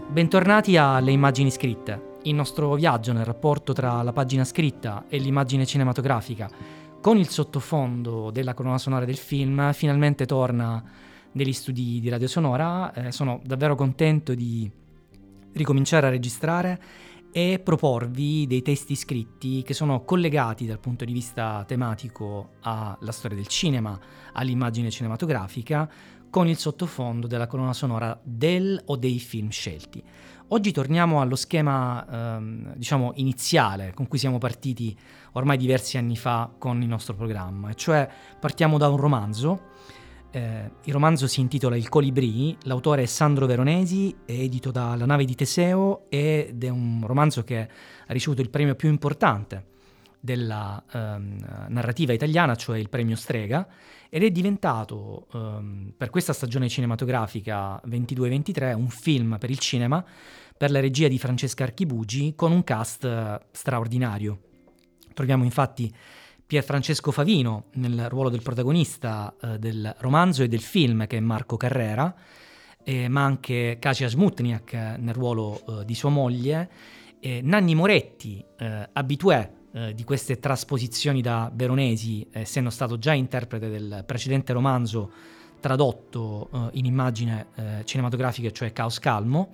Bentornati alle immagini scritte, il nostro viaggio nel rapporto tra la pagina scritta e l'immagine cinematografica. Con il sottofondo della colonna sonora del film finalmente torna negli studi di Radio Sonora. Sono davvero contento di ricominciare a registrare e proporvi dei testi scritti che sono collegati dal punto di vista tematico alla storia del cinema, all'immagine cinematografica, con il sottofondo della colonna sonora del o dei film scelti. Oggi torniamo allo schema, iniziale con cui siamo partiti ormai diversi anni fa con il nostro programma, e cioè partiamo da un romanzo. Il romanzo si intitola Il Colibrì, l'autore è Sandro Veronesi, è edito dalla Nave di Teseo ed è un romanzo che ha ricevuto il premio più importante della narrativa italiana, cioè il premio Strega, ed è diventato per questa stagione cinematografica 22-23 un film per il cinema per la regia di Francesca Archibugi con un cast straordinario. Troviamo infatti Pierfrancesco Favino nel ruolo del protagonista del romanzo e del film, che è Marco Carrera, ma anche Kasia Smutniak nel ruolo di sua moglie, Nanni Moretti, habitué di queste trasposizioni da Veronesi, essendo stato già interprete del precedente romanzo tradotto in immagine cinematografica, cioè Caos Calmo,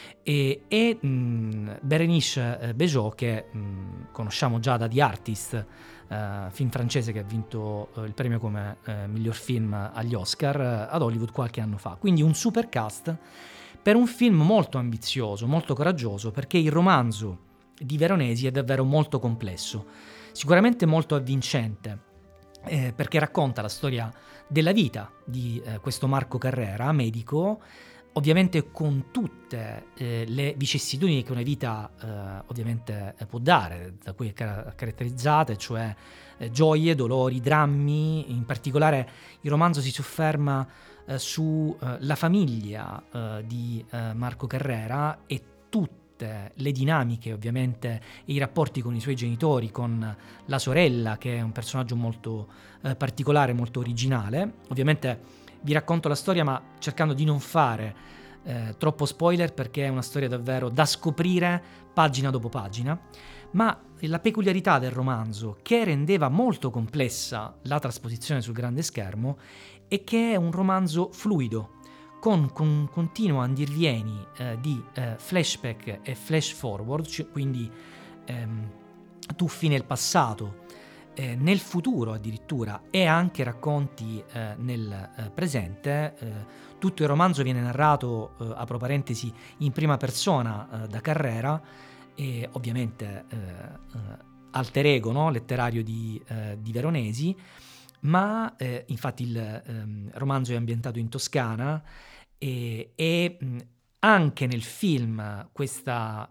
e Bérénice Bejo, che conosciamo già da The Artist, film francese che ha vinto il premio come miglior film agli Oscar ad Hollywood qualche anno fa. Quindi un super cast per un film molto ambizioso, molto coraggioso, perché il romanzo di Veronesi è davvero molto complesso, sicuramente molto avvincente, perché racconta la storia della vita di questo Marco Carrera, medico, ovviamente con tutte le vicissitudini che una vita ovviamente può dare, da cui è caratterizzata, cioè gioie, dolori, drammi. In particolare il romanzo si sofferma sulla famiglia di Marco Carrera e tutte le dinamiche, ovviamente, e i rapporti con i suoi genitori, con la sorella, che è un personaggio molto particolare, molto originale. Ovviamente vi racconto la storia, ma cercando di non fare troppo spoiler, perché è una storia davvero da scoprire pagina dopo pagina. Ma la peculiarità del romanzo, che rendeva molto complessa la trasposizione sul grande schermo, è che è un romanzo fluido, con un continuo andirvieni di flashback e flash forward, quindi tuffi nel passato, nel futuro addirittura, e anche racconti nel presente. Tutto il romanzo viene narrato, apro parentesi, in prima persona da Carrera, e ovviamente alter ego, no? Letterario di Veronesi, ma infatti il romanzo è ambientato in Toscana e anche nel film questa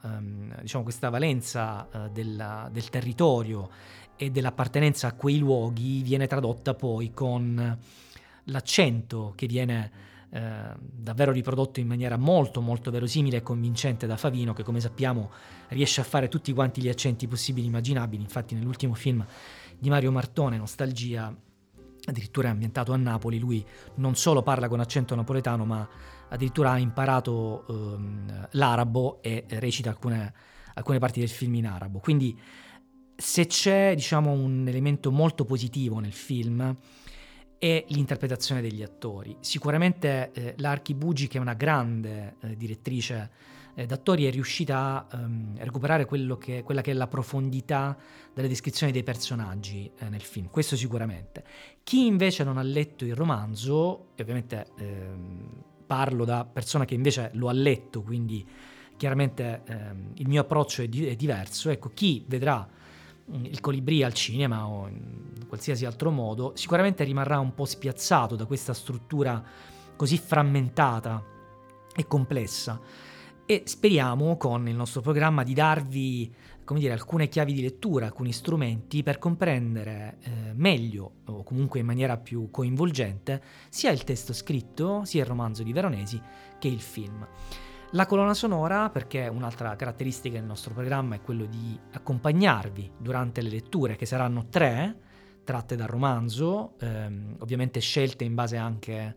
valenza del territorio e dell'appartenenza a quei luoghi viene tradotta poi con l'accento che viene davvero riprodotto in maniera molto molto verosimile e convincente da Favino, che come sappiamo riesce a fare tutti quanti gli accenti possibili e immaginabili. Infatti nell'ultimo film di Mario Martone, Nostalgia, addirittura è ambientato a Napoli, lui non solo parla con accento napoletano, ma addirittura ha imparato l'arabo e recita alcune parti del film in arabo. Quindi se c'è, un elemento molto positivo nel film è l'interpretazione degli attori. Sicuramente la Archibugi, che è una grande direttrice d'attori, è riuscita a recuperare quella che è la profondità delle descrizioni dei personaggi nel film, questo sicuramente. Chi invece non ha letto il romanzo, e ovviamente parlo da persona che invece lo ha letto, quindi chiaramente il mio approccio è diverso. Ecco, chi vedrà il Colibrì al cinema o in qualsiasi altro modo sicuramente rimarrà un po' spiazzato da questa struttura così frammentata e complessa, e speriamo con il nostro programma di darvi, alcune chiavi di lettura, alcuni strumenti per comprendere meglio, o comunque in maniera più coinvolgente, sia il testo scritto, sia il romanzo di Veronesi, che il film. La colonna sonora, perché un'altra caratteristica del nostro programma è quello di accompagnarvi durante le letture, che saranno 3, tratte dal romanzo, ovviamente scelte in base anche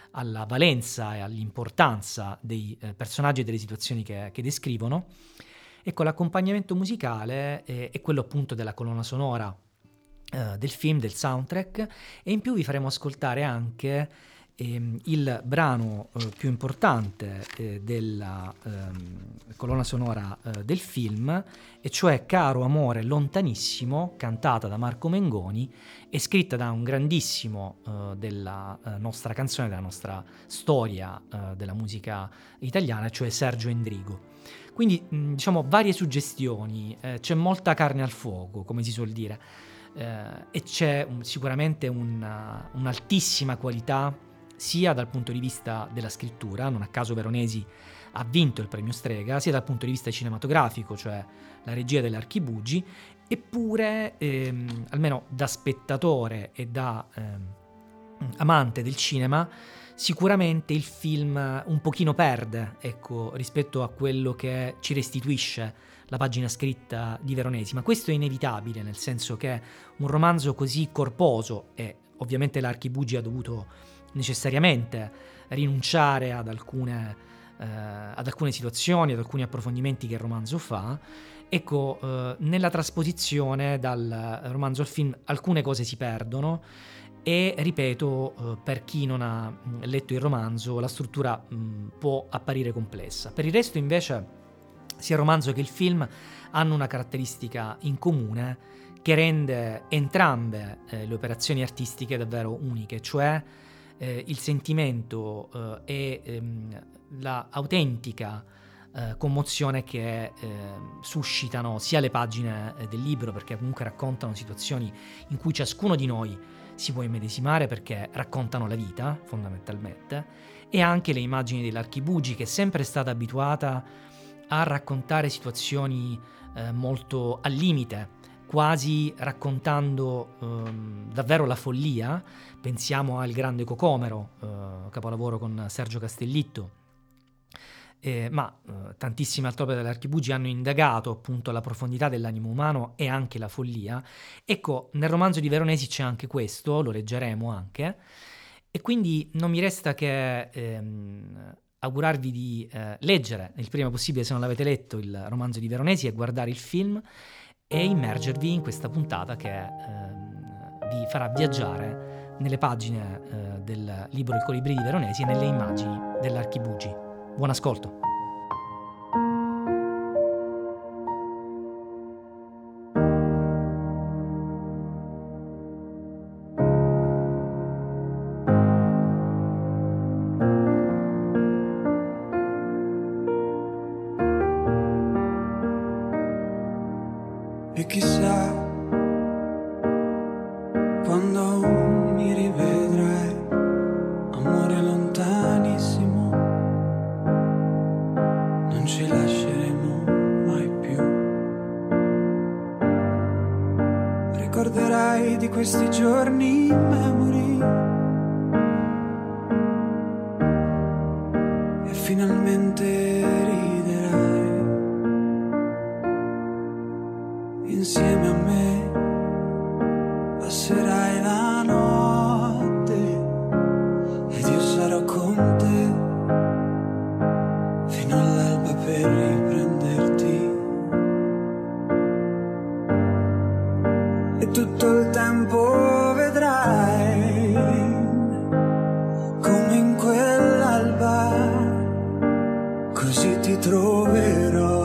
alla valenza e all'importanza dei personaggi e delle situazioni che descrivono. Ecco, l'accompagnamento musicale è quello appunto della colonna sonora del film, del soundtrack, e in più vi faremo ascoltare anche il brano più importante della colonna sonora del film, e cioè Caro amore lontanissimo, cantata da Marco Mengoni e scritta da un grandissimo della nostra canzone, della nostra storia della musica italiana, cioè Sergio Endrigo. Quindi diciamo varie suggestioni, c'è molta carne al fuoco, come si suol dire, e c'è sicuramente un'altissima qualità sia dal punto di vista della scrittura, non a caso Veronesi ha vinto il premio Strega, sia dal punto di vista cinematografico, cioè la regia dell'Archibugi, eppure almeno da spettatore e da amante del cinema, sicuramente il film un pochino perde, ecco, rispetto a quello che ci restituisce la pagina scritta di Veronesi, ma questo è inevitabile, nel senso che un romanzo così corposo, e ovviamente l'Archibugi ha dovuto necessariamente rinunciare ad alcune situazioni, ad alcuni approfondimenti che il romanzo fa, ecco, nella trasposizione dal romanzo al film alcune cose si perdono e, ripeto, per chi non ha letto il romanzo la struttura può apparire complessa. Per il resto invece sia il romanzo che il film hanno una caratteristica in comune che rende entrambe le operazioni artistiche davvero uniche, cioè il sentimento e la autentica commozione che suscitano sia le pagine del libro, perché comunque raccontano situazioni in cui ciascuno di noi si può immedesimare, perché raccontano la vita fondamentalmente, e anche le immagini dell'Archibugi, che è sempre stata abituata a raccontare situazioni molto al limite, quasi raccontando davvero la follia. Pensiamo al Grande Cocomero, capolavoro con Sergio Castellitto, ma tantissime altre opere dell'Archibugi hanno indagato appunto la profondità dell'animo umano e anche la follia. Ecco, nel romanzo di Veronesi c'è anche questo, lo leggeremo anche, e quindi non mi resta che augurarvi di leggere il prima possibile, se non l'avete letto, il romanzo di Veronesi, e guardare il film e immergervi in questa puntata che vi farà viaggiare nelle pagine del libro Il Colibrì di Veronesi e nelle immagini dell'Archibugi. Buon ascolto! E chissà quando mi rivedrai, amore lontanissimo, non ci lasceremo mai più. Ricorderai di questi giorni in memory e finalmente riderai insieme a me, passerai la notte ed io sarò con te fino all'alba per riprenderti, e tutto il tempo vedrai come in quell'alba così ti troverò.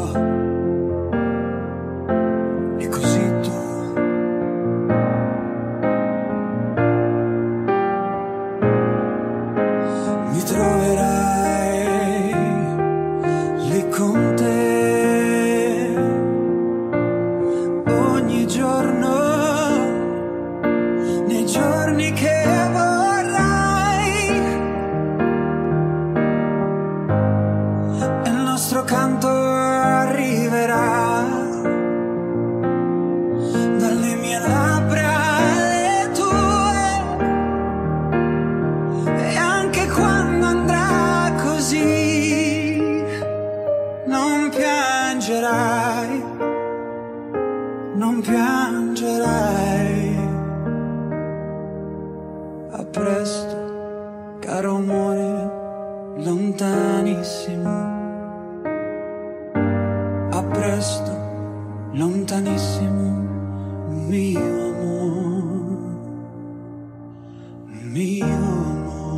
mio amor, mio amor.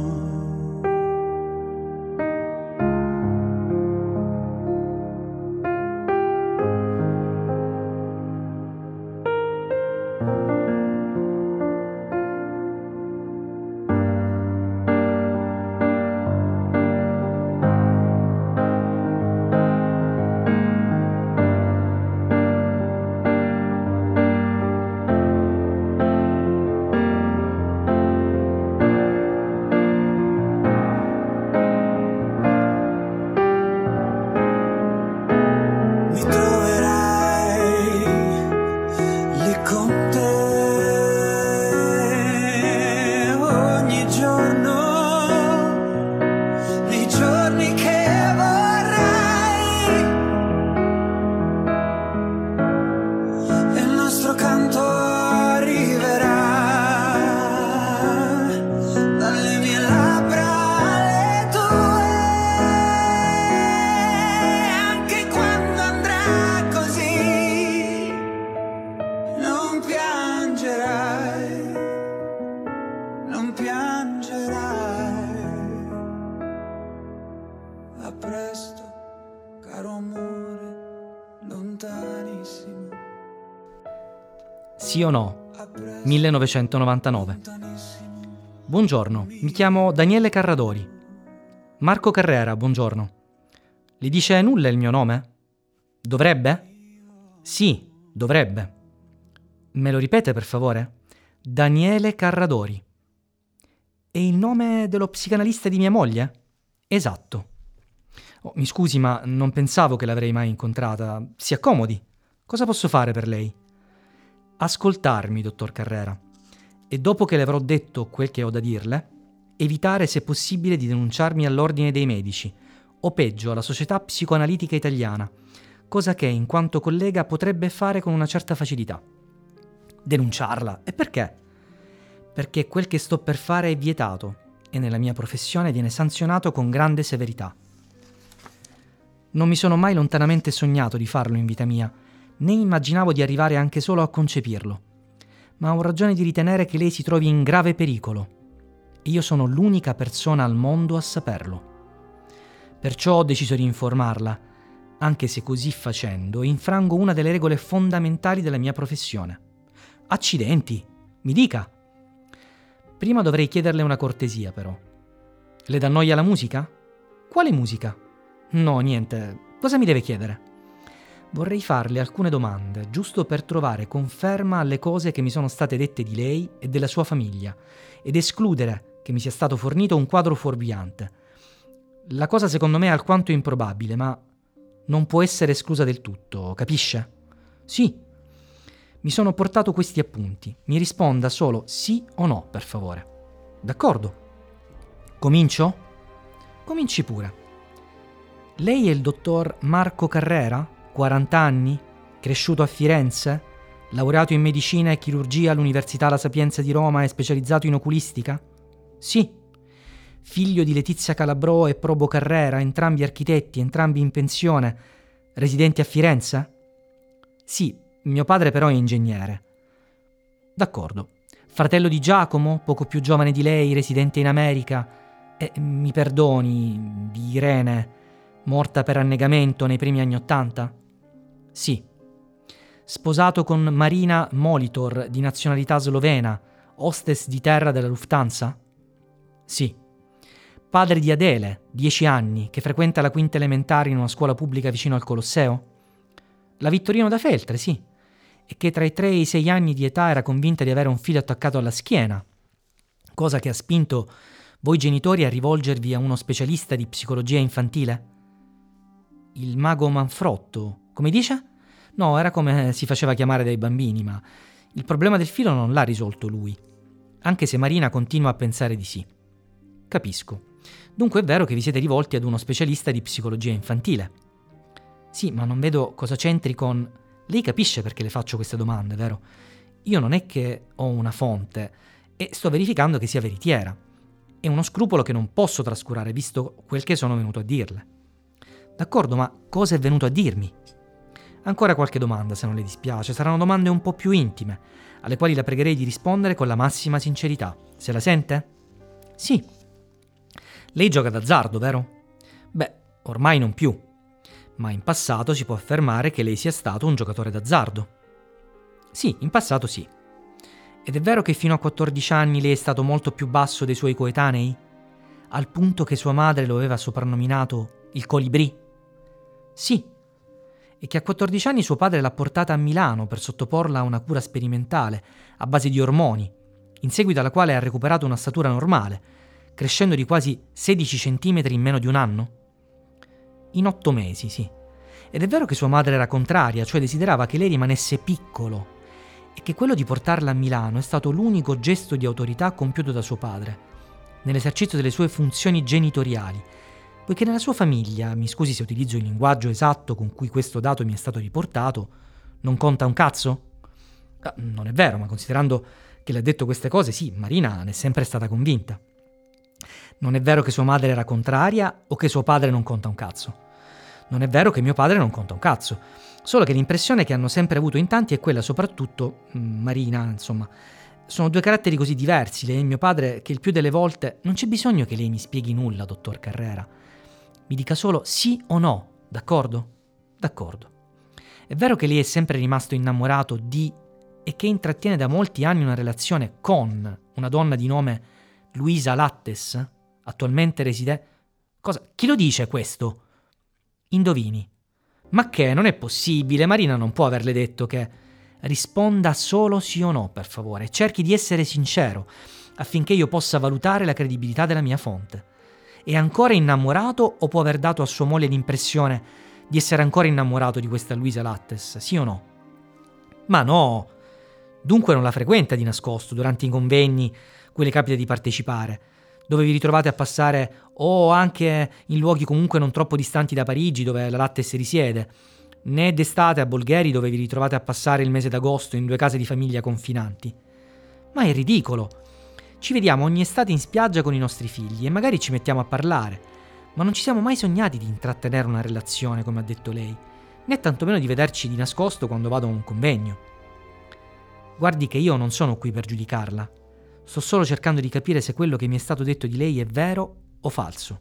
A presto, caro amore, lontanissimo. Sì o no? 1999. Buongiorno, mi chiamo Daniele Carradori. Marco Carrera, buongiorno. Le dice nulla il mio nome? Dovrebbe? Sì, dovrebbe. Me lo ripete, per favore? Daniele Carradori. E il nome dello psicanalista di mia moglie? Esatto. Oh, mi scusi, ma non pensavo che l'avrei mai incontrata. Si accomodi. Cosa posso fare per lei? Ascoltarmi, dottor Carrera. E dopo che le avrò detto quel che ho da dirle, evitare se possibile di denunciarmi all'ordine dei medici, o peggio alla Società Psicoanalitica Italiana, cosa che in quanto collega potrebbe fare con una certa facilità. Denunciarla? E perché? Perché quel che sto per fare è vietato e nella mia professione viene sanzionato con grande severità. Non mi sono mai lontanamente sognato di farlo in vita mia, né immaginavo di arrivare anche solo a concepirlo, ma ho ragione di ritenere che lei si trovi in grave pericolo e io sono l'unica persona al mondo a saperlo. Perciò ho deciso di informarla, anche se così facendo infrango una delle regole fondamentali della mia professione. Accidenti, mi dica! Prima dovrei chiederle una cortesia, però. Le dà noia la musica? Quale musica? No, niente. Cosa mi deve chiedere? Vorrei farle alcune domande, giusto per trovare conferma alle cose che mi sono state dette di lei e della sua famiglia, ed escludere che mi sia stato fornito un quadro fuorviante. La cosa secondo me è alquanto improbabile, ma non può essere esclusa del tutto, capisce? Sì. Mi sono portato questi appunti. Mi risponda solo sì o no, per favore. D'accordo. Comincio? Cominci pure. Lei è il dottor Marco Carrera, 40 anni, cresciuto a Firenze, laureato in medicina e chirurgia all'Università La Sapienza di Roma e specializzato in oculistica? Sì. Figlio di Letizia Calabrò e Probo Carrera, entrambi architetti, entrambi in pensione, residenti a Firenze? Sì, mio padre però è ingegnere. D'accordo. Fratello di Giacomo, poco più giovane di lei, residente in America, e, mi perdoni, di Irene, morta per annegamento nei primi anni '80? Sì. Sposato con Marina Molitor, di nazionalità slovena, hostess di terra della Lufthansa? Sì. Padre di Adele, 10 anni, che frequenta la quinta elementare in una scuola pubblica vicino al Colosseo? La Vittorino da Feltre, sì. E che tra i 3 e i 6 anni di età era convinta di avere un filo attaccato alla schiena, cosa che ha spinto voi genitori a rivolgervi a uno specialista di psicologia infantile? Il mago Manfrotto, come dice? No, era come si faceva chiamare dai bambini, ma il problema del filo non l'ha risolto lui, anche se Marina continua a pensare di sì. Capisco. Dunque è vero che vi siete rivolti ad uno specialista di psicologia infantile. Sì, ma non vedo cosa c'entri con... Lei capisce perché le faccio queste domande, vero? Io non è che ho una fonte e sto verificando che sia veritiera. È uno scrupolo che non posso trascurare, visto quel che sono venuto a dirle. D'accordo, ma cosa è venuto a dirmi? Ancora qualche domanda, se non le dispiace. Saranno domande un po' più intime, alle quali la pregherei di rispondere con la massima sincerità. Se la sente? Sì. Lei gioca d'azzardo, vero? Beh, ormai non più. Ma in passato si può affermare che lei sia stato un giocatore d'azzardo. Sì, in passato sì. Ed è vero che fino a 14 anni lei è stato molto più basso dei suoi coetanei? Al punto che sua madre lo aveva soprannominato il colibrì? Sì. E che a 14 anni suo padre l'ha portata a Milano per sottoporla a una cura sperimentale a base di ormoni, in seguito alla quale ha recuperato una statura normale, crescendo di quasi 16 centimetri in meno di un anno? In 8 mesi, sì. Ed è vero che sua madre era contraria, cioè desiderava che lei rimanesse piccolo, e che quello di portarla a Milano è stato l'unico gesto di autorità compiuto da suo padre, nell'esercizio delle sue funzioni genitoriali, poiché nella sua famiglia, mi scusi se utilizzo il linguaggio esatto con cui questo dato mi è stato riportato, non conta un cazzo? Non è vero, ma considerando che le ha detto queste cose, sì, Marina ne è sempre stata convinta. Non è vero che sua madre era contraria o che suo padre non conta un cazzo. Non è vero che mio padre non conta un cazzo, solo che l'impressione che hanno sempre avuto in tanti è quella soprattutto, Marina, insomma, sono due caratteri così diversi, lei e mio padre, che il più delle volte non c'è bisogno che lei mi spieghi nulla, dottor Carrera. Mi dica solo sì o no, d'accordo? D'accordo. È vero che lei è sempre rimasto innamorato di e che intrattiene da molti anni una relazione con una donna di nome Luisa Lattes, attualmente Cosa? Chi lo dice questo? Indovini. Ma che? Non è possibile, Marina non può averle detto che... Risponda solo sì o no, per favore, cerchi di essere sincero, affinché io possa valutare la credibilità della mia fonte. È ancora innamorato o può aver dato a sua moglie l'impressione di essere ancora innamorato di questa Luisa Lattes, sì o no? Ma no! Dunque non la frequenta di nascosto durante i convegni cui le capita di partecipare, dove vi ritrovate a passare o anche in luoghi comunque non troppo distanti da Parigi, dove la Lattes risiede, né d'estate a Bolgheri, dove vi ritrovate a passare il mese d'agosto in 2 case di famiglia confinanti. Ma è ridicolo! Ci vediamo ogni estate in spiaggia con i nostri figli e magari ci mettiamo a parlare, ma non ci siamo mai sognati di intrattenere una relazione, come ha detto lei, né tantomeno di vederci di nascosto quando vado a un convegno. Guardi che io non sono qui per giudicarla, sto solo cercando di capire se quello che mi è stato detto di lei è vero o falso.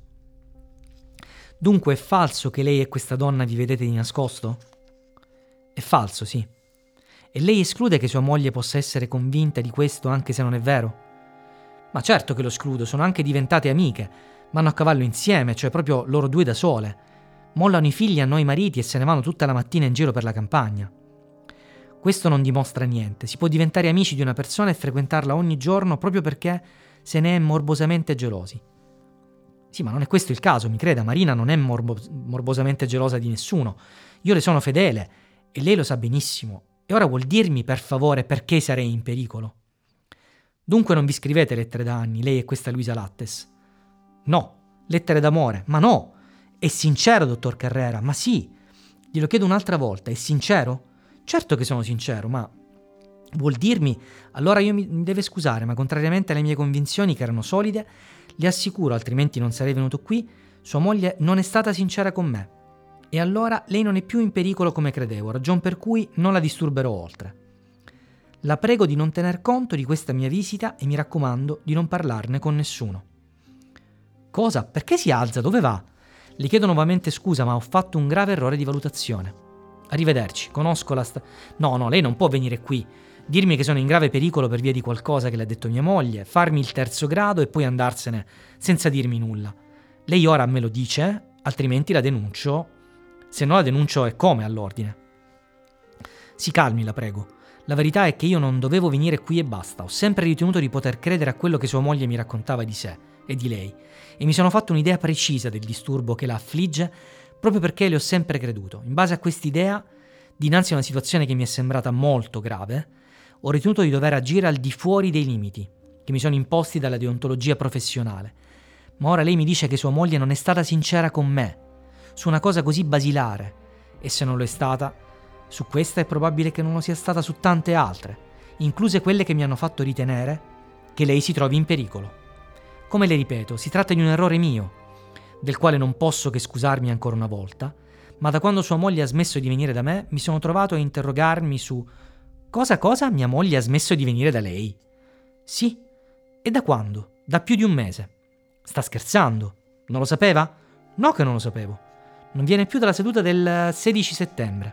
Dunque è falso che lei e questa donna vi vedete di nascosto? È falso, sì. E lei esclude che sua moglie possa essere convinta di questo anche se non è vero? Ma certo che lo escludo, sono anche diventate amiche, vanno a cavallo insieme, cioè proprio loro due da sole. Mollano i figli a noi mariti e se ne vanno tutta la mattina in giro per la campagna. Questo non dimostra niente, si può diventare amici di una persona e frequentarla ogni giorno proprio perché se ne è morbosamente gelosi. Sì, ma non è questo il caso, mi creda, Marina non è morbosamente gelosa di nessuno. Io le sono fedele e lei lo sa benissimo. E ora vuol dirmi, per favore, perché sarei in pericolo? Dunque non vi scrivete lettere da anni, lei e questa Luisa Lattes? No, lettere d'amore, ma no! È sincero, dottor Carrera, ma sì! Glielo chiedo un'altra volta, è sincero? Certo che sono sincero, ma... Vuol dirmi... Allora mi deve scusare, ma contrariamente alle mie convinzioni che erano solide, le assicuro, altrimenti non sarei venuto qui, sua moglie non è stata sincera con me. E allora lei non è più in pericolo come credevo, ragion per cui non la disturberò oltre. La prego di non tener conto di questa mia visita e mi raccomando di non parlarne con nessuno. Cosa? Perché si alza? Dove va? Le chiedo nuovamente scusa, ma ho fatto un grave errore di valutazione. Arrivederci, conosco la No, lei non può venire qui, dirmi che sono in grave pericolo per via di qualcosa che le ha detto mia moglie, farmi il 3° grado e poi andarsene senza dirmi nulla. Lei ora me lo dice, altrimenti la denuncio. Se no la denuncio e come all'ordine. Si calmi, la prego. La verità è che io non dovevo venire qui e basta. Ho sempre ritenuto di poter credere a quello che sua moglie mi raccontava di sé e di lei, e mi sono fatto un'idea precisa del disturbo che la affligge proprio perché le ho sempre creduto. In base a quest'idea, dinanzi a una situazione che mi è sembrata molto grave, ho ritenuto di dover agire al di fuori dei limiti che mi sono imposti dalla deontologia professionale. Ma ora lei mi dice che sua moglie non è stata sincera con me su una cosa così basilare, e se non lo è stata, su questa è probabile che non lo sia stata su tante altre, incluse quelle che mi hanno fatto ritenere che lei si trovi in pericolo. Come le ripeto, si tratta di un errore mio, del quale non posso che scusarmi ancora una volta, Ma da quando sua moglie ha smesso di venire da me, mi sono trovato a interrogarmi su cosa mia moglie ha smesso di venire da lei. Sì, e da quando? Da più di un mese. Sta scherzando? Non lo sapeva? No che non lo sapevo. Non viene più dalla seduta del 16 settembre.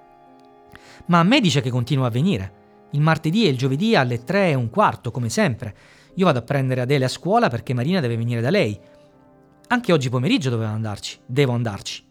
Ma a me dice che continua a venire. Il martedì e il giovedì alle 3:15, come sempre. Io vado a prendere Adele a scuola perché Marina deve venire da lei. Anche oggi pomeriggio devo andarci.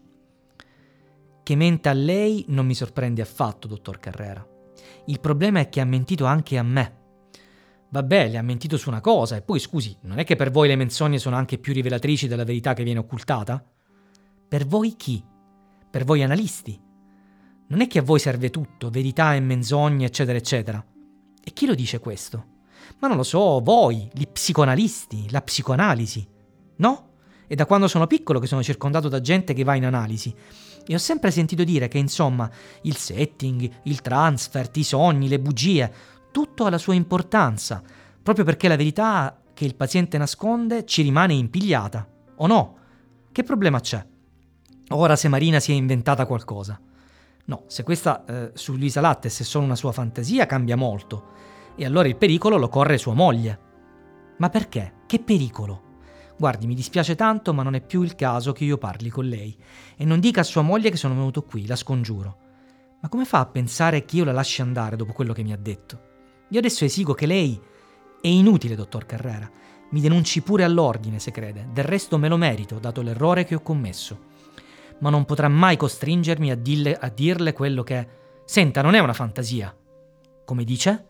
Che menta a lei non mi sorprende affatto, dottor Carrera. Il problema è che ha mentito anche a me. Vabbè, le ha mentito su una cosa, e poi scusi, non è che per voi le menzogne sono anche più rivelatrici della verità che viene occultata? Per voi chi? Per voi analisti? Non è che a voi serve tutto, verità e menzogne, eccetera, eccetera. E chi lo dice questo? Ma non lo so, voi, gli psicoanalisti, la psicoanalisi. No? È da quando sono piccolo che sono circondato da gente che va in analisi. E ho sempre sentito dire che, insomma, il setting, il transfert, i sogni, le bugie, tutto ha la sua importanza, proprio perché la verità che il paziente nasconde ci rimane impigliata. O no? Che problema c'è? Ora se Marina si è inventata qualcosa. No, se questa su Luisa Lattes è solo una sua fantasia, cambia molto. E allora il pericolo lo corre sua moglie. Ma perché? Che pericolo? Guardi, mi dispiace tanto, ma non è più il caso che io parli con lei. E non dica a sua moglie che sono venuto qui, la scongiuro. Ma come fa a pensare che io la lasci andare dopo quello che mi ha detto? Io adesso esigo che lei... È inutile, dottor Carrera. Mi denunci pure all'ordine, se crede. Del resto me lo merito, dato l'errore che ho commesso. Ma non potrà mai costringermi a dirle quello che... Senta, non è una fantasia. Come dice?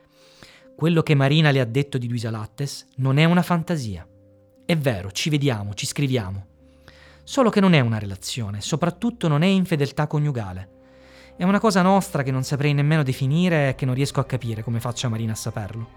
Quello che Marina le ha detto di Luisa Lattes non è una fantasia. È vero, ci vediamo, ci scriviamo. Solo che non è una relazione, soprattutto non è infedeltà coniugale. È una cosa nostra che non saprei nemmeno definire e che non riesco a capire come faccia Marina a saperlo.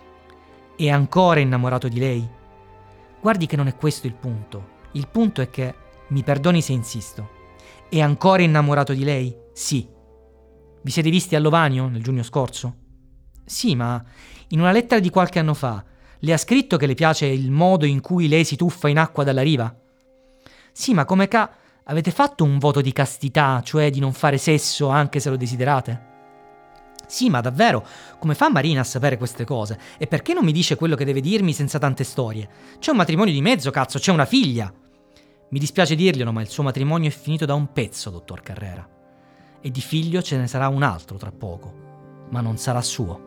È ancora innamorato di lei? Guardi che non è questo il punto. Il punto è che, mi perdoni se insisto, è ancora innamorato di lei? Sì. Vi siete visti a Lovanio nel giugno scorso? Sì, ma in una lettera di qualche anno fa le ha scritto che le piace il modo in cui lei si tuffa in acqua dalla riva? Sì, ma avete fatto un voto di castità, cioè di non fare sesso anche se lo desiderate? Sì, ma davvero, come fa Marina a sapere queste cose? E perché non mi dice quello che deve dirmi senza tante storie? C'è un matrimonio di mezzo, cazzo, c'è una figlia! Mi dispiace dirglielo, ma il suo matrimonio è finito da un pezzo, dottor Carrera. E di figlio ce ne sarà un altro tra poco, ma non sarà suo.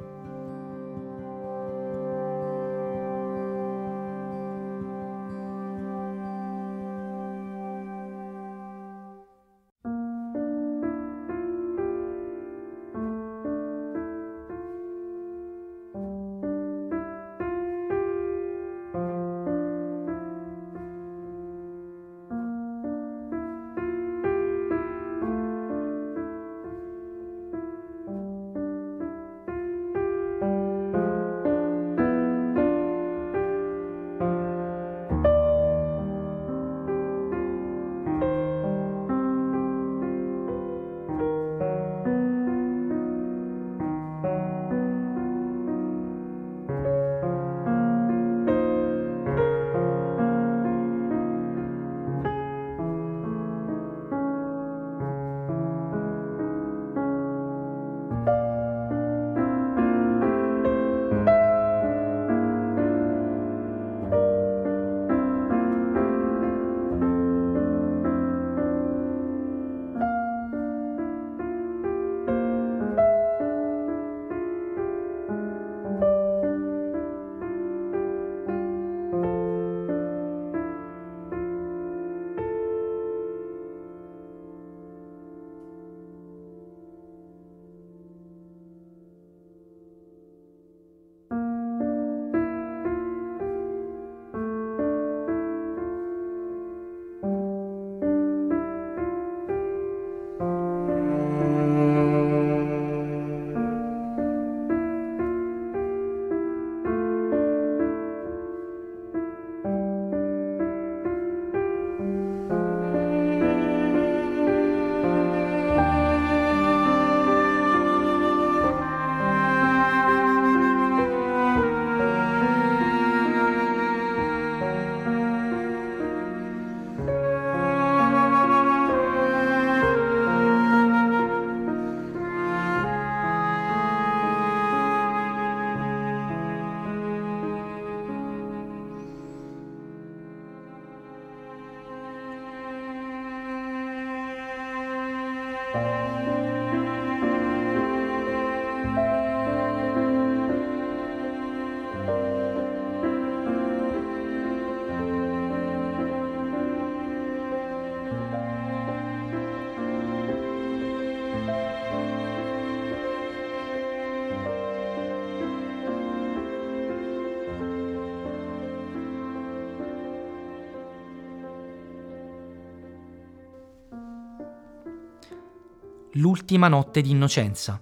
L'ultima notte di innocenza,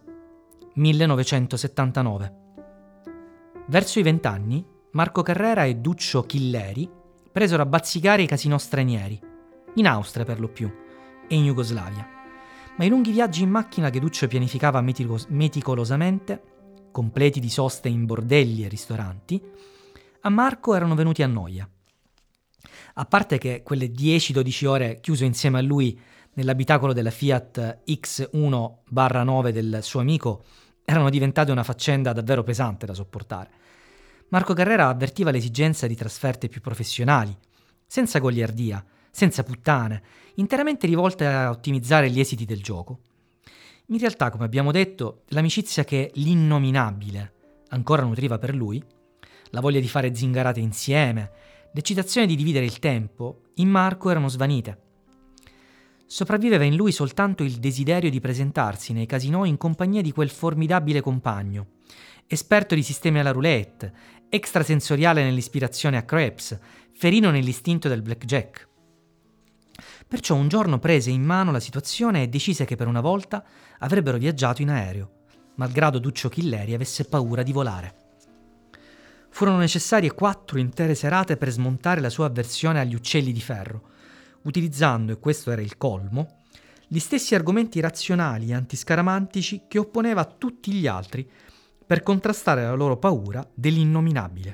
1979. Verso i 20 anni, Marco Carrera e Duccio Chilleri presero a bazzicare i casinò stranieri, in Austria per lo più, e in Jugoslavia. Ma i lunghi viaggi in macchina che Duccio pianificava meticolosamente, completi di soste in bordelli e ristoranti, a Marco erano venuti a noia. A parte che quelle 10-12 ore chiuso insieme a lui nell'abitacolo della Fiat X1/9 del suo amico erano diventate una faccenda davvero pesante da sopportare. Marco Carrera avvertiva l'esigenza di trasferte più professionali, senza goliardia, senza puttane, interamente rivolte a ottimizzare gli esiti del gioco. In realtà, come abbiamo detto, l'amicizia che l'innominabile ancora nutriva per lui, la voglia di fare zingarate insieme, l'eccitazione di dividere il tempo, in Marco erano svanite. Sopravviveva in lui soltanto il desiderio di presentarsi nei casinò in compagnia di quel formidabile compagno, esperto di sistemi alla roulette, extrasensoriale nell'ispirazione a Krebs, ferino nell'istinto del blackjack. Perciò un giorno prese in mano la situazione e decise che per una volta avrebbero viaggiato in aereo, malgrado Duccio Chilleri avesse paura di volare. Furono necessarie 4 intere serate per smontare la sua avversione agli uccelli di ferro, utilizzando, e questo era il colmo, gli stessi argomenti razionali e antiscaramantici che opponeva a tutti gli altri per contrastare la loro paura dell'innominabile.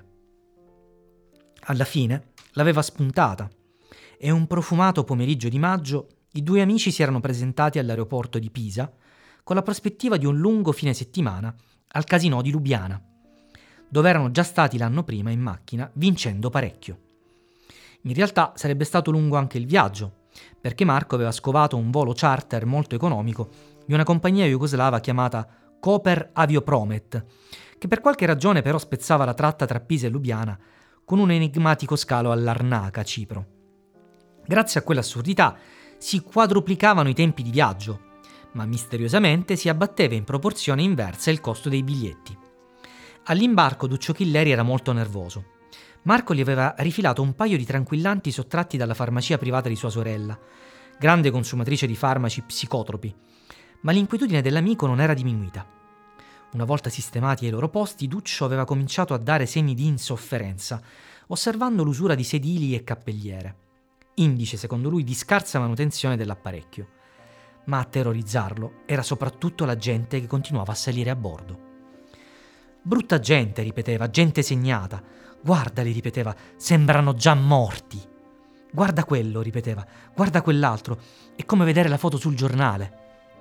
Alla fine l'aveva spuntata e un profumato pomeriggio di maggio i 2 amici si erano presentati all'aeroporto di Pisa con la prospettiva di un lungo fine settimana al casinò di Lubiana, dove erano già stati l'anno prima in macchina vincendo parecchio. In realtà sarebbe stato lungo anche il viaggio, perché Marco aveva scovato un volo charter molto economico di una compagnia jugoslava chiamata Koper Aviopromet, che per qualche ragione però spezzava la tratta tra Pisa e Lubiana con un enigmatico scalo a Larnaca, Cipro. Grazie a quell'assurdità si quadruplicavano i tempi di viaggio, ma misteriosamente si abbatteva in proporzione inversa il costo dei biglietti. All'imbarco Duccio Chilleri era molto nervoso. Marco gli aveva rifilato un paio di tranquillanti sottratti dalla farmacia privata di sua sorella, grande consumatrice di farmaci psicotropi, ma l'inquietudine dell'amico non era diminuita. Una volta sistemati ai loro posti, Duccio aveva cominciato a dare segni di insofferenza, osservando l'usura di sedili e cappelliere, indice secondo lui di scarsa manutenzione dell'apparecchio. Ma a terrorizzarlo era soprattutto la gente che continuava a salire a bordo. Brutta gente, ripeteva, gente segnata. Guardali, ripeteva, sembrano già morti. Guarda quello, ripeteva, guarda quell'altro, è come vedere la foto sul giornale.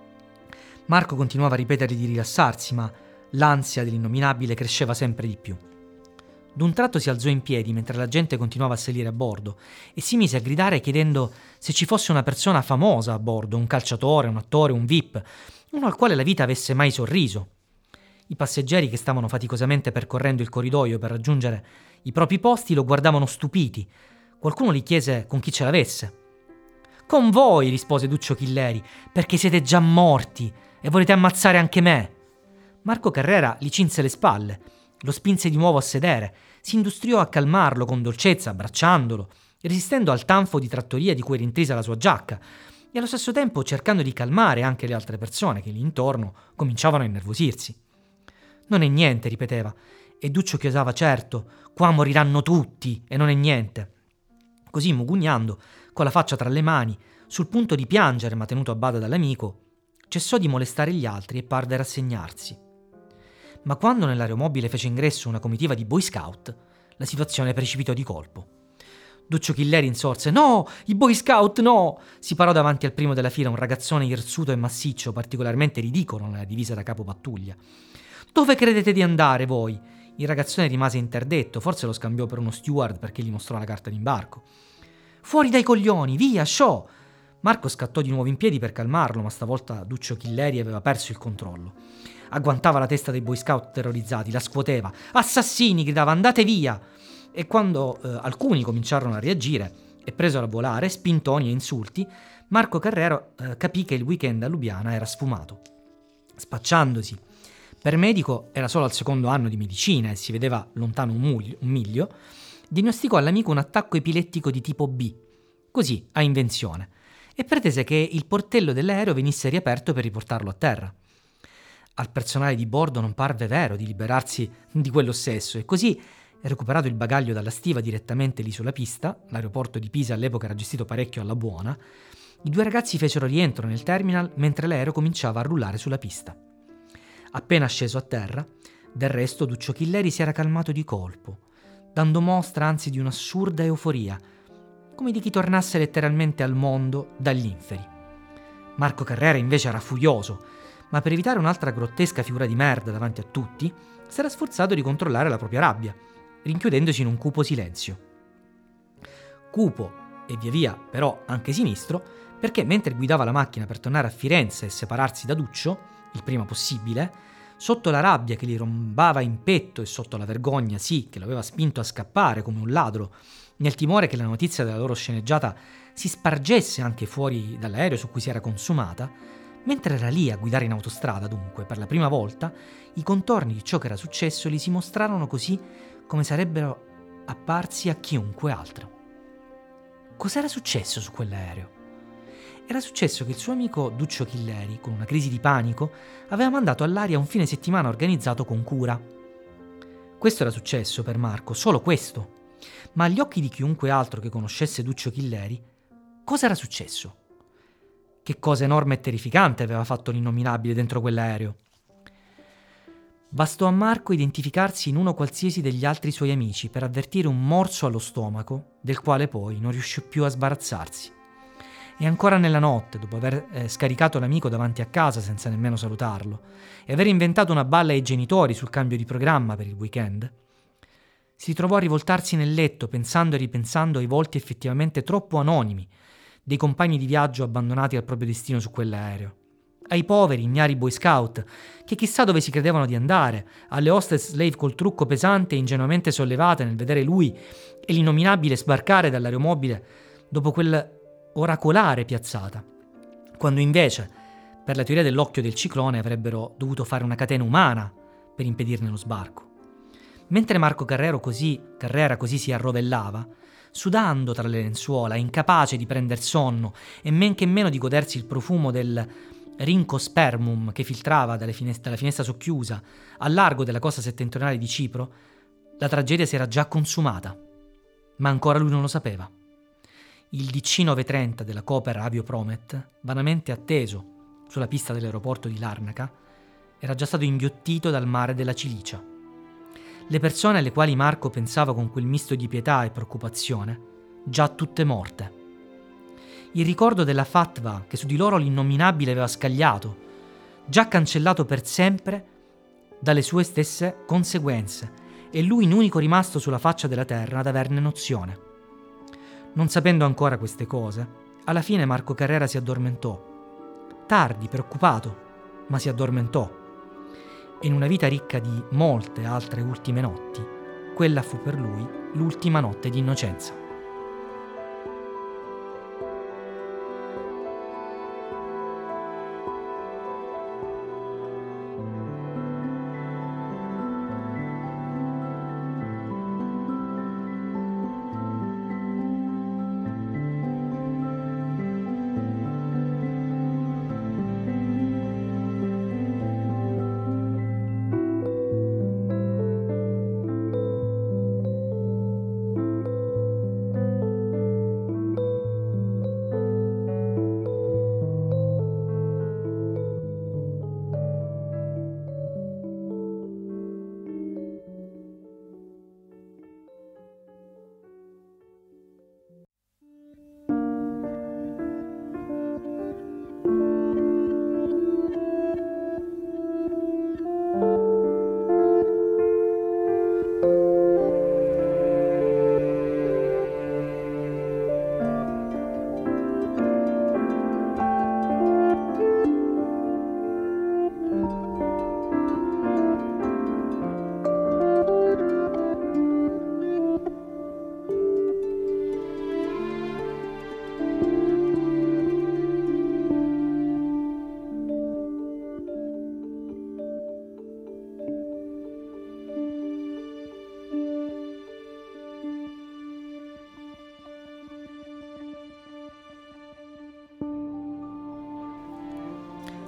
Marco continuava a ripetergli di rilassarsi, ma l'ansia dell'innominabile cresceva sempre di più. D'un tratto si alzò in piedi mentre la gente continuava a salire a bordo e si mise a gridare chiedendo se ci fosse una persona famosa a bordo, un calciatore, un attore, un VIP, uno al quale la vita avesse mai sorriso. I passeggeri che stavano faticosamente percorrendo il corridoio per raggiungere i propri posti lo guardavano stupiti. Qualcuno gli chiese con chi ce l'avesse. «Con voi», rispose Duccio Chilleri, «perché siete già morti e volete ammazzare anche me». Marco Carrera gli cinse le spalle, lo spinse di nuovo a sedere, si industriò a calmarlo con dolcezza, abbracciandolo, resistendo al tanfo di trattoria di cui era intrisa la sua giacca, e allo stesso tempo cercando di calmare anche le altre persone che lì intorno cominciavano a innervosirsi. «Non è niente», ripeteva, e Duccio chiosava, «certo, qua moriranno tutti e non è niente». Così, mugugnando, con la faccia tra le mani, sul punto di piangere ma tenuto a bada dall'amico, cessò di molestare gli altri e parve rassegnarsi. Ma quando nell'aeromobile fece ingresso una comitiva di Boy Scout, la situazione precipitò di colpo. Duccio Chilleri insorse: «No, i Boy Scout no!» Si parò davanti al primo della fila, un ragazzone irsuto e massiccio, particolarmente ridicolo nella divisa da capo pattuglia. «Dove credete di andare voi?» Il ragazzone rimase interdetto, forse lo scambiò per uno steward perché gli mostrò la carta d'imbarco. «Fuori dai coglioni, via, show!» Marco scattò di nuovo in piedi per calmarlo, ma stavolta Duccio Chilleri aveva perso il controllo. Agguantava la testa dei Boy Scout terrorizzati, la scuoteva. «Assassini!» gridava, «andate via!» E quando alcuni cominciarono a reagire e presero a volare, spintoni e insulti, Marco Carrera capì che il weekend a Lubiana era sfumato. Spacciandosi per medico, era solo al 2° anno di medicina e si vedeva lontano un miglio, diagnosticò all'amico un attacco epilettico di tipo B, così, a invenzione, e pretese che il portello dell'aereo venisse riaperto per riportarlo a terra. Al personale di bordo non parve vero di liberarsi di quello stesso e così, recuperato il bagaglio dalla stiva direttamente lì sulla pista, l'aeroporto di Pisa all'epoca era gestito parecchio alla buona, i due ragazzi fecero rientro nel terminal mentre l'aereo cominciava a rullare sulla pista. Appena sceso a terra, del resto Duccio Chilleri si era calmato di colpo, dando mostra anzi di un'assurda euforia, come di chi tornasse letteralmente al mondo dagli inferi. Marco Carrera invece era furioso, ma per evitare un'altra grottesca figura di merda davanti a tutti, si era sforzato di controllare la propria rabbia, rinchiudendosi in un cupo silenzio. Cupo e via via però anche sinistro, perché mentre guidava la macchina per tornare a Firenze e separarsi da Duccio, il prima possibile, sotto la rabbia che gli rombava in petto e sotto la vergogna, sì, che lo aveva spinto a scappare come un ladro, nel timore che la notizia della loro sceneggiata si spargesse anche fuori dall'aereo su cui si era consumata, mentre era lì a guidare in autostrada, dunque, per la prima volta, i contorni di ciò che era successo gli si mostrarono così come sarebbero apparsi a chiunque altro. Cos'era successo su quell'aereo? Era successo che il suo amico Duccio Chilleri, con una crisi di panico, aveva mandato all'aria un fine settimana organizzato con cura. Questo era successo per Marco, solo questo. Ma agli occhi di chiunque altro che conoscesse Duccio Chilleri, cosa era successo? Che cosa enorme e terrificante aveva fatto l'innominabile dentro quell'aereo? Bastò a Marco identificarsi in uno qualsiasi degli altri suoi amici per avvertire un morso allo stomaco, del quale poi non riuscì più a sbarazzarsi. E ancora nella notte, dopo aver scaricato l'amico davanti a casa senza nemmeno salutarlo, e aver inventato una balla ai genitori sul cambio di programma per il weekend, si trovò a rivoltarsi nel letto pensando e ripensando ai volti effettivamente troppo anonimi dei compagni di viaggio abbandonati al proprio destino su quell'aereo, ai poveri, ignari boy scout che chissà dove si credevano di andare, alle hostess slave col trucco pesante e ingenuamente sollevate nel vedere lui e l'innominabile sbarcare dall'aeromobile dopo quel oracolare piazzata, quando invece, per la teoria dell'occhio del ciclone, avrebbero dovuto fare una catena umana per impedirne lo sbarco. Mentre Marco Carrera così si arrovellava, sudando tra le lenzuola, incapace di prender sonno e men che meno di godersi il profumo del rincospermum che filtrava dalla finestra socchiusa al largo della costa settentrionale di Cipro, la tragedia si era già consumata. Ma ancora lui non lo sapeva. Il DC-930 della Koper Aviopromet, vanamente atteso sulla pista dell'aeroporto di Larnaca, era già stato inghiottito dal mare della Cilicia. Le persone alle quali Marco pensava con quel misto di pietà e preoccupazione, già tutte morte. Il ricordo della fatwa che su di loro l'innominabile aveva scagliato, già cancellato per sempre dalle sue stesse conseguenze, e lui l'unico rimasto sulla faccia della terra ad averne nozione. Non sapendo ancora queste cose, alla fine Marco Carrera si addormentò. Tardi, preoccupato, ma si addormentò. E in una vita ricca di molte altre ultime notti, quella fu per lui l'ultima notte di innocenza.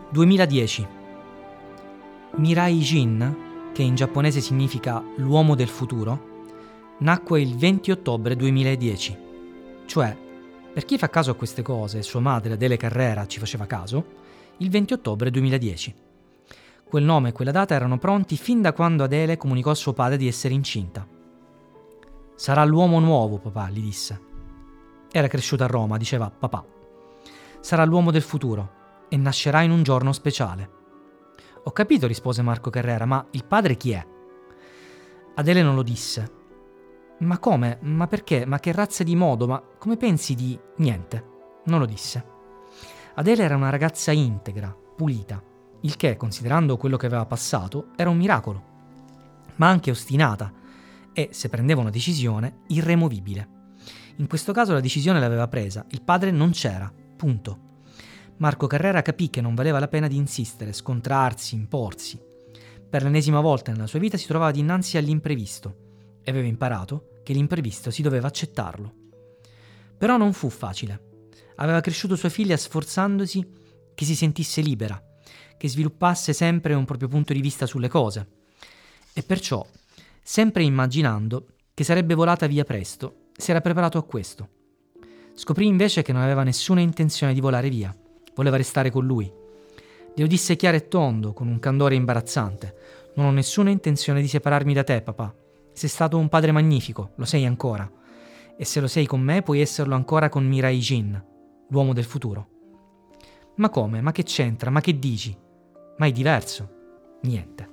2010. Mirai Jin, che in giapponese significa l'uomo del futuro, nacque il 20 ottobre 2010. Cioè, per chi fa caso a queste cose, sua madre Adele Carrera ci faceva caso, il 20 ottobre 2010. Quel nome e quella data erano pronti fin da quando Adele comunicò a suo padre di essere incinta. «Sarà l'uomo nuovo, papà», gli disse. Era cresciuta a Roma, diceva papà. «Sarà l'uomo del futuro e nascerà in un giorno speciale». «Ho capito», rispose Marco Carrera, «ma il padre chi è?» Adele non lo disse. «Ma come? Ma perché? Ma che razza di modo? Ma come pensi di...» Niente, non lo disse. Adele era una ragazza integra, pulita, il che, considerando quello che aveva passato, era un miracolo, ma anche ostinata e, se prendeva una decisione, irremovibile. In questo caso la decisione l'aveva presa, il padre non c'era, punto. Marco Carrera capì che non valeva la pena di insistere, scontrarsi, imporsi. Per l'ennesima volta nella sua vita si trovava dinanzi all'imprevisto e aveva imparato che l'imprevisto si doveva accettarlo. Però non fu facile. Aveva cresciuto sua figlia sforzandosi che si sentisse libera, che sviluppasse sempre un proprio punto di vista sulle cose. E perciò, sempre immaginando che sarebbe volata via presto, si era preparato a questo. Scoprì invece che non aveva nessuna intenzione di volare via. Voleva restare con lui. Glielo disse chiaro e tondo, con un candore imbarazzante. «Non ho nessuna intenzione di separarmi da te, papà. Sei stato un padre magnifico, lo sei ancora. E se lo sei con me, puoi esserlo ancora con Mirai Jin, l'uomo del futuro». «Ma come? Ma che c'entra? Ma che dici? Ma è diverso?» «Niente».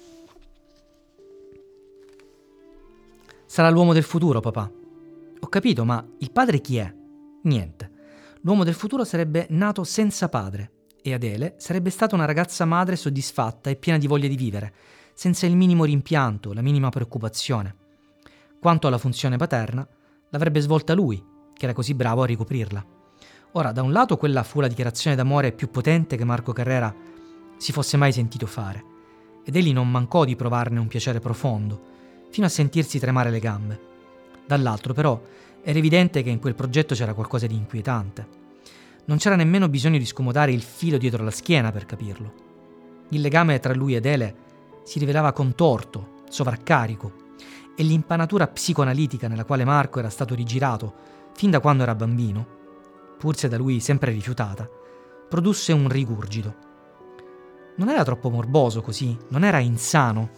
«Sarà l'uomo del futuro, papà». «Ho capito, ma il padre chi è?» «Niente. L'uomo del futuro sarebbe nato senza padre e Adele sarebbe stata una ragazza madre soddisfatta e piena di voglia di vivere, senza il minimo rimpianto, la minima preoccupazione. Quanto alla funzione paterna, l'avrebbe svolta lui, che era così bravo a ricoprirla. Ora, da un lato quella fu la dichiarazione d'amore più potente che Marco Carrera si fosse mai sentito fare, ed egli non mancò di provarne un piacere profondo, fino a sentirsi tremare le gambe. Dall'altro, però, era evidente che in quel progetto c'era qualcosa di inquietante. Non c'era nemmeno bisogno di scomodare il filo dietro la schiena per capirlo. Il legame tra lui ed Adele si rivelava contorto, sovraccarico, e l'impanatura psicoanalitica nella quale Marco era stato rigirato fin da quando era bambino, pur se da lui sempre rifiutata, produsse un rigurgito. Non era troppo morboso così? Non era insano?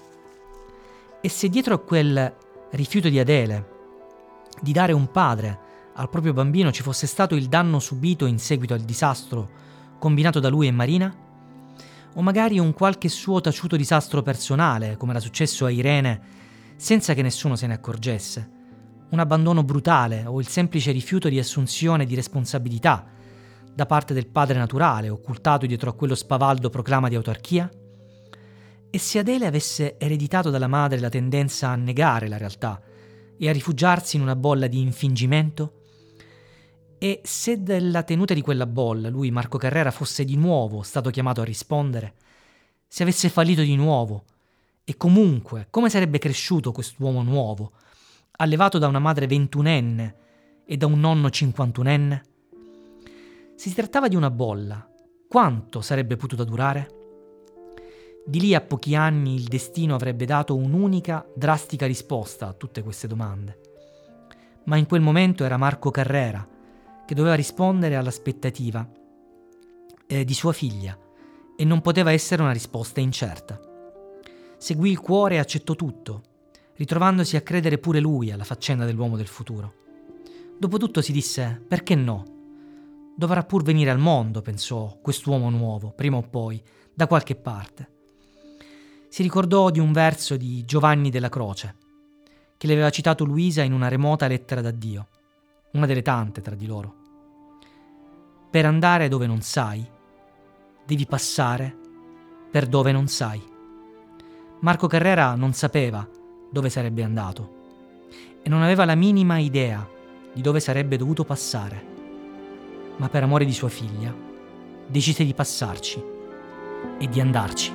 E se dietro a quel rifiuto di Adele di dare un padre al proprio bambino ci fosse stato il danno subito in seguito al disastro combinato da lui e Marina? O magari un qualche suo taciuto disastro personale, come era successo a Irene, senza che nessuno se ne accorgesse? Un abbandono brutale o il semplice rifiuto di assunzione di responsabilità da parte del padre naturale, occultato dietro a quello spavaldo proclama di autarchia? E se Adele avesse ereditato dalla madre la tendenza a negare la realtà e a rifugiarsi in una bolla di infingimento? E se della tenuta di quella bolla lui, Marco Carrera, fosse di nuovo stato chiamato a rispondere? Se avesse fallito di nuovo? E comunque, come sarebbe cresciuto quest'uomo nuovo, allevato da una madre 21enne e da un nonno 51enne? Se si trattava di una bolla, quanto sarebbe potuta durare? Di lì a pochi anni il destino avrebbe dato un'unica, drastica risposta a tutte queste domande. Ma in quel momento era Marco Carrera che doveva rispondere all'aspettativa di sua figlia e non poteva essere una risposta incerta. Seguì il cuore e accettò tutto, ritrovandosi a credere pure lui alla faccenda dell'uomo del futuro. Dopotutto si disse, perché no? Dovrà pur venire al mondo, pensò quest'uomo nuovo, prima o poi, da qualche parte. Si ricordò di un verso di Giovanni della Croce, che le aveva citato Luisa in una remota lettera d'addio, una delle tante tra di loro. Per andare dove non sai, devi passare per dove non sai. Marco Carrera non sapeva dove sarebbe andato e non aveva la minima idea di dove sarebbe dovuto passare, ma per amore di sua figlia decise di passarci e di andarci.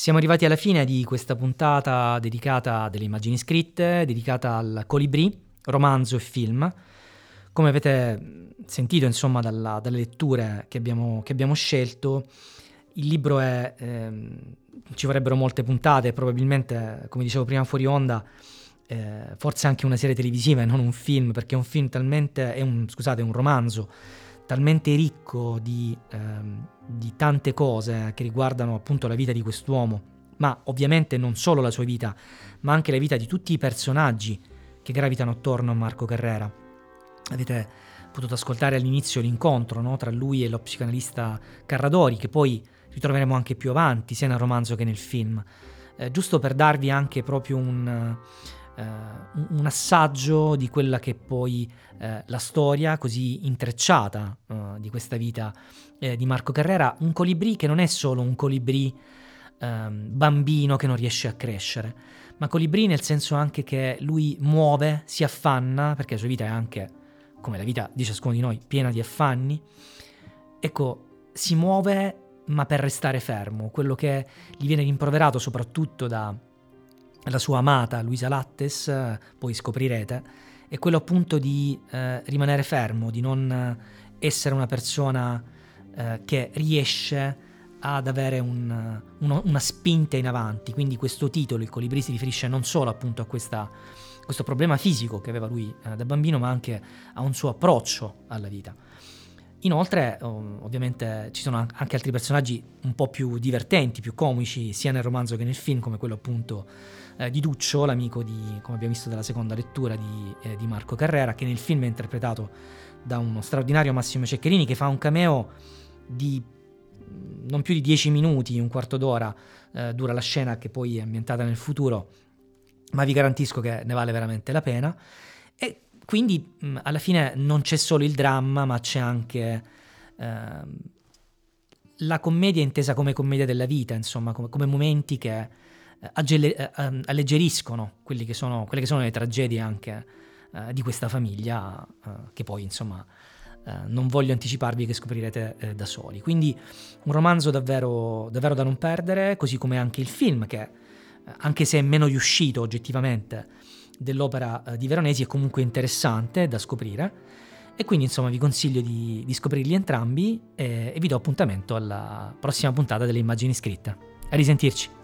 Siamo arrivati alla fine di questa puntata dedicata delle immagini scritte, dedicata al Colibrì, romanzo e film. Come avete sentito, insomma, dalle letture che abbiamo scelto, il libro ci vorrebbero molte puntate, probabilmente, come dicevo prima fuori onda, forse anche una serie televisiva e non un film, perché è un film talmente, un romanzo talmente ricco di tante cose che riguardano appunto la vita di quest'uomo, ma ovviamente non solo la sua vita, ma anche la vita di tutti i personaggi che gravitano attorno a Marco Carrera. Avete potuto ascoltare all'inizio l'incontro, no, tra lui e lo psicanalista Carradori, che poi ritroveremo anche più avanti, sia nel romanzo che nel film, giusto per darvi anche proprio un assaggio di quella che poi la storia così intrecciata di questa vita di Marco Carrera. Un colibrì che non è solo un colibrì bambino che non riesce a crescere, ma colibrì nel senso anche che lui muove, si affanna, perché la sua vita è anche, come la vita di ciascuno di noi, piena di affanni. Ecco, si muove ma per restare fermo. Quello che gli viene rimproverato soprattutto dalla sua amata Luisa Lattes, poi scoprirete, è quello appunto di rimanere fermo, di non essere una persona che riesce ad avere una spinta in avanti. Quindi questo titolo, il Colibrì, si riferisce non solo appunto a questo problema fisico che aveva lui da bambino, ma anche a un suo approccio alla vita. Inoltre, ovviamente, ci sono anche altri personaggi un po' più divertenti, più comici, sia nel romanzo che nel film, come quello appunto di Duccio, l'amico come abbiamo visto dalla seconda lettura di Marco Carrera, che nel film è interpretato da uno straordinario Massimo Ceccherini, che fa un cameo di non più di 10 minuti, un quarto d'ora, dura la scena, che poi è ambientata nel futuro, ma vi garantisco che ne vale veramente la pena. E quindi alla fine non c'è solo il dramma, ma c'è anche la commedia intesa come commedia della vita, insomma, come momenti che alleggeriscono quelle che sono le tragedie anche di questa famiglia, che poi, insomma, non voglio anticiparvi, che scoprirete da soli. Quindi un romanzo davvero, davvero da non perdere, così come anche il film, che anche se è meno riuscito oggettivamente dell'opera di Veronesi, è comunque interessante da scoprire. E quindi, insomma, vi consiglio di scoprirli entrambi e vi do appuntamento alla prossima puntata delle immagini scritte. A risentirci.